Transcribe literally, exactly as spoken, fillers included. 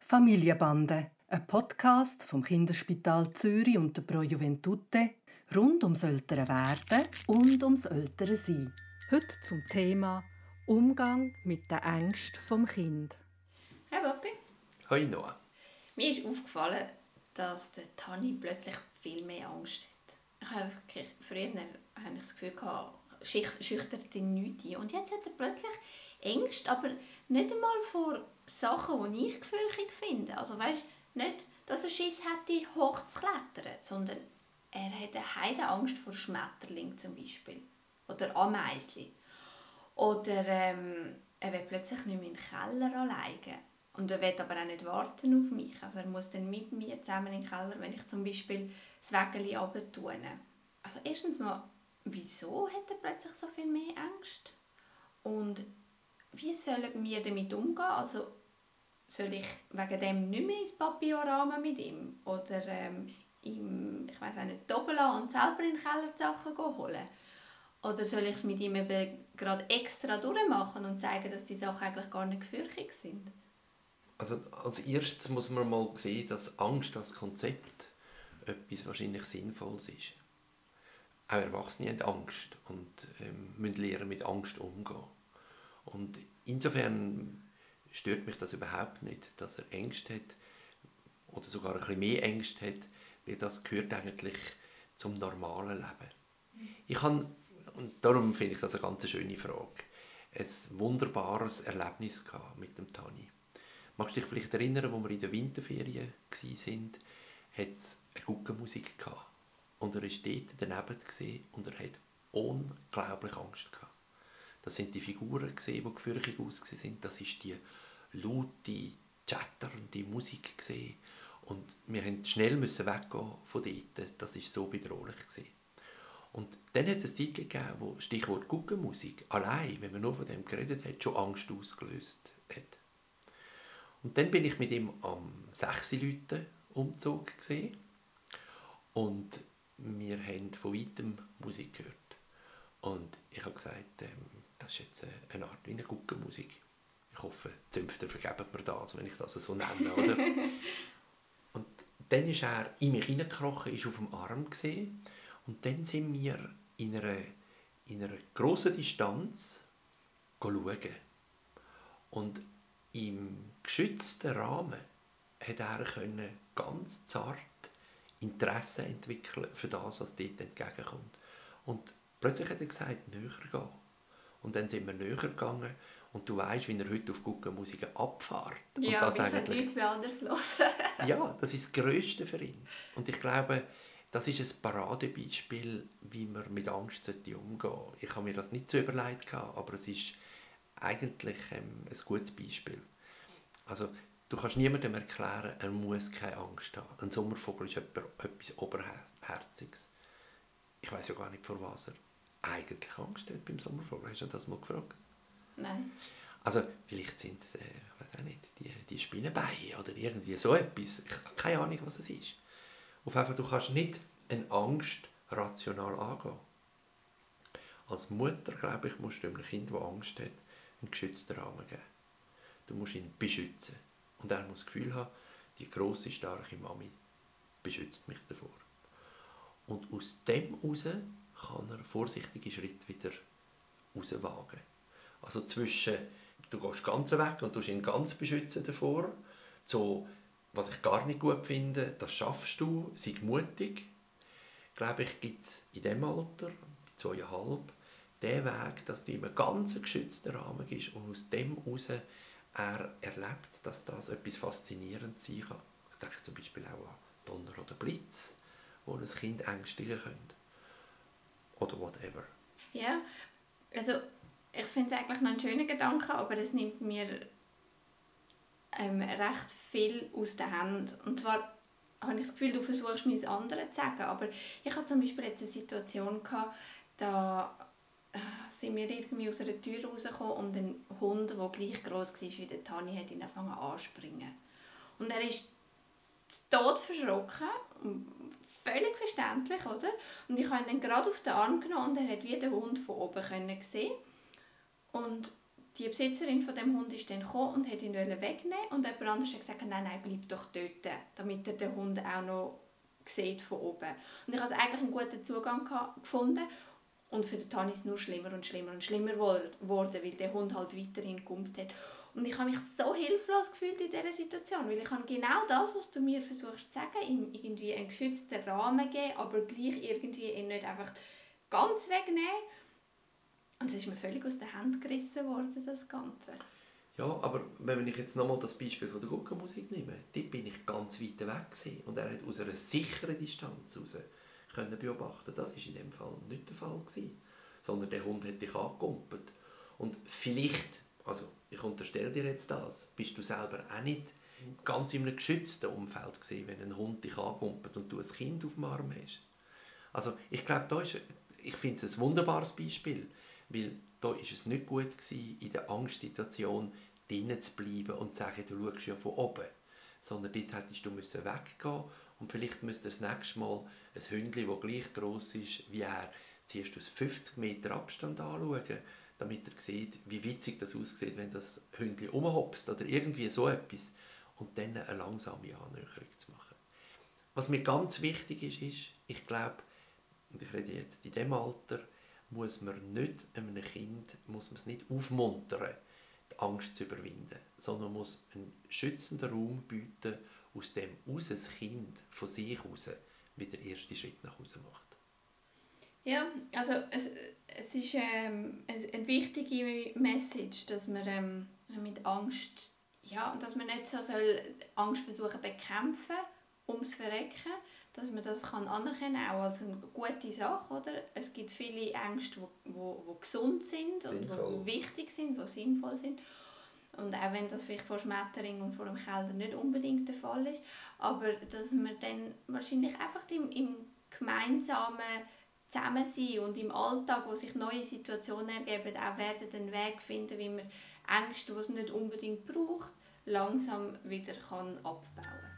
Familienbande, ein Podcast vom Kinderspital Zürich und der Pro Juventute rund ums ältere Werden und ums ältere Sein. Heute zum Thema Umgang mit den Ängsten vom Kind. Hey Papi. Hoi Noah. Mir ist aufgefallen, dass der Tani plötzlich viel mehr Angst hat. Ich habe wirklich, früher habe ich das Gefühl gehabt, schüchtert ihn nichts ein. Und jetzt hat er plötzlich Ängste, aber nicht einmal vor Sachen, die ich gefürchtig finde. Also weißt, nicht, dass er Schiss hätte, hoch zu klettern, sondern er hat eine Heidenangst vor Schmetterling zum Beispiel. Oder Ameisli. Oder ähm, er will plötzlich nicht mehr in den Keller alleine. Und er will aber auch nicht warten auf mich. Also er muss dann mit mir zusammen in den Keller, wenn ich zum Beispiel das Wägeli runtertue. Also erstens mal, wieso hat er plötzlich so viel mehr Angst? Und wie sollen wir damit umgehen? Also soll ich wegen dem nicht mehr ins Papillorama mit ihm? Oder ähm, ihm, ich weiss auch nicht, doppeln und selber in den Keller die Sachen holen? Oder soll ich es mit ihm eben gerade extra durchmachen und zeigen, dass die Sachen eigentlich gar nicht gefürchtig sind? Also als erstes muss man mal sehen, dass Angst als Konzept etwas wahrscheinlich Sinnvolles ist. Auch Erwachsene haben Angst und ähm, müssen lernen, mit Angst umzugehen. Und insofern stört mich das überhaupt nicht, dass er Ängste hat oder sogar ein bisschen mehr Ängste hat, weil das gehört eigentlich zum normalen Leben. Ich habe, und darum finde ich das eine ganz schöne Frage, ein wunderbares Erlebnis gehabt mit dem Tani. Magst du dich vielleicht erinnern, als wir in der Winterferien waren, hat es eine Guggenmusik gehabt. Und er war dort daneben und er hatte unglaublich Angst gehabt. Das sind die Figuren, die gefürchtig ausgesehen. Das war die laute, chatternde Musik. Und wir mussten schnell weggehen von dort. Das war so bedrohlich. Und dann hat es eine Zeit gegeben, wo Stichwort Guggenmusik allein, wenn man nur von dem geredet hat, schon Angst ausgelöst hat. Und dann bin ich mit ihm am sechs Leuten Umzug gesehen und wir haben von weitem Musik gehört. Und ich habe gesagt, ähm, das ist jetzt eine Art wie eine Guggenmusik. Ich hoffe, die Zünfter vergeben mir das, wenn ich das so nenne, oder? Und dann ist er in mich hineingekrochen, ist auf dem Arm gesehen und dann sind wir in einer, in einer grossen Distanz schauen. Und im geschützten Rahmen konnte er können ganz zart Interesse entwickeln für das, was dort entgegenkommt. Und plötzlich hat er gesagt, näher gehen. Und dann sind wir näher gegangen und du weißt, wie er heute auf Guggenmusik abfährt. Ja, und das wir können eigentlich, nichts mehr anderes hören. ja, das ist das Grösste für ihn. Und ich glaube, das ist ein Paradebeispiel, wie man mit Angst umgehen sollte. Ich habe mir das nicht so überlegt, aber es ist eigentlich ähm, ein gutes Beispiel. Also, du kannst niemandem erklären, er muss keine Angst haben. Ein Sommervogel ist etwas Oberherziges. Ich weiss ja gar nicht, vor was er eigentlich Angst hat beim Sommervogel. Hast du das mal gefragt? Nein. Also, vielleicht sind es, äh, ich weiss auch nicht, die, die Spinnenbeine oder irgendwie so etwas. Ich habe keine Ahnung, was es ist. Auf jeden Fall, du kannst nicht eine Angst rational angehen. Als Mutter, glaube ich, musst du einem Kind, das Angst hat, einen geschützten Rahmen geben. Du musst ihn beschützen. Und er muss das Gefühl haben, die grosse, starke Mami beschützt mich davor. Und aus dem heraus kann er vorsichtige Schritte wieder rauswagen. Also zwischen, du gehst ganz weg und du ihn ganz beschützen davor, so, was ich gar nicht gut finde, das schaffst du, sei mutig. Glaube ich, gibt es in diesem Alter, zweieinhalb, den Weg, dass du in einem ganz geschützten Rahmen bist und aus dem heraus er erlebt, dass das etwas Faszinierendes sein kann. Ich denke zum Beispiel auch an Donner oder Blitz, wo ein Kind ängstigen könnte. Oder whatever. Ja, also ich finde es eigentlich noch einen schönen Gedanken, aber es nimmt mir ähm, recht viel aus den Händen. Und zwar habe ich das Gefühl, du versuchst mir das andere zu sagen, aber ich hatte zum Beispiel jetzt eine Situation gehabt, da sind wir irgendwie aus einer Tür rausgekommen und ein Hund, der gleich gross war wie der Tani, hat ihn angefangen anzuspringen. Und er ist zu Tod verschrocken, völlig verständlich, oder? Und ich habe ihn dann gerade auf den Arm genommen und er hat wie den Hund von oben sehen. Und die Besitzerin von dem Hund ist dann gekommen und wollte ihn wegnehmen und jemand anderes hat gesagt, nein, nein, bleib doch dort, damit er den Hund auch noch sieht von oben. Und ich habe eigentlich einen guten Zugang gefunden und für den Tani ist es nur schlimmer und schlimmer und schlimmer geworden, weil der Hund halt weiterhin gegumpt hat. Und ich habe mich so hilflos gefühlt in dieser Situation, weil ich habe genau das, was du mir versuchst zu sagen, ihm irgendwie einen geschützten Rahmen geben, aber gleich irgendwie ihn nicht einfach ganz wegnehmen. Und es ist mir völlig aus den Händen gerissen worden, das Ganze. Ja, aber wenn ich jetzt nochmal das Beispiel von der Guckenmusik nehme, dort bin ich ganz weit weg gewesen und er hat aus einer sicheren Distanz heraus können beobachten. Das war in dem Fall nicht der Fall gewesen, sondern der Hund hat dich angekumpelt. Und vielleicht, also ich unterstelle dir jetzt das, bist du selber auch nicht ganz in einem geschützten Umfeld gewesen, wenn ein Hund dich angekumpelt und du ein Kind auf dem Arm hast. Also ich glaube, da ist, ich finde es ein wunderbares Beispiel, weil da ist es nicht gut gewesen, in der Angstsituation drinnen zu bleiben und zu sagen, du schaust ja von oben. Sondern dort hättest du weggehen müssen und vielleicht müsste das nächste Mal ein Hündchen, das gleich gross ist wie er, zuerst aus fünfzig Meter Abstand anschauen, damit er sieht, wie witzig das aussieht, wenn das Hündchen rumhopst oder irgendwie so etwas und dann eine langsame Annäherung zu machen. Was mir ganz wichtig ist, ist, ich glaube, und ich rede jetzt in diesem Alter, muss man nicht einem Kind muss man es nicht aufmuntern, die Angst zu überwinden, sondern man muss einen schützenden Raum bieten, aus dem aus ein Kind von sich aus wieder den ersten Schritt nach Hause macht. Ja, also es, es ist ähm, eine wichtige Message, dass man ähm, mit Angst, ja, dass man nicht so soll Angst versuchen bekämpfen, ums Verrecken, dass man das kann anerkennen kann, auch als eine gute Sache, oder? Es gibt viele Ängste, die wo, wo gesund sind Sinnvoll. und die wichtig sind, die sinnvoll sind. Und auch wenn das vielleicht vor Schmetterling und vor dem Keller nicht unbedingt der Fall ist, aber dass man dann wahrscheinlich einfach im, im gemeinsamen Zusammensein und im Alltag, wo sich neue Situationen ergeben, auch werden einen Weg finden, wie man Ängste, die es nicht unbedingt braucht, langsam wieder kann abbauen kann.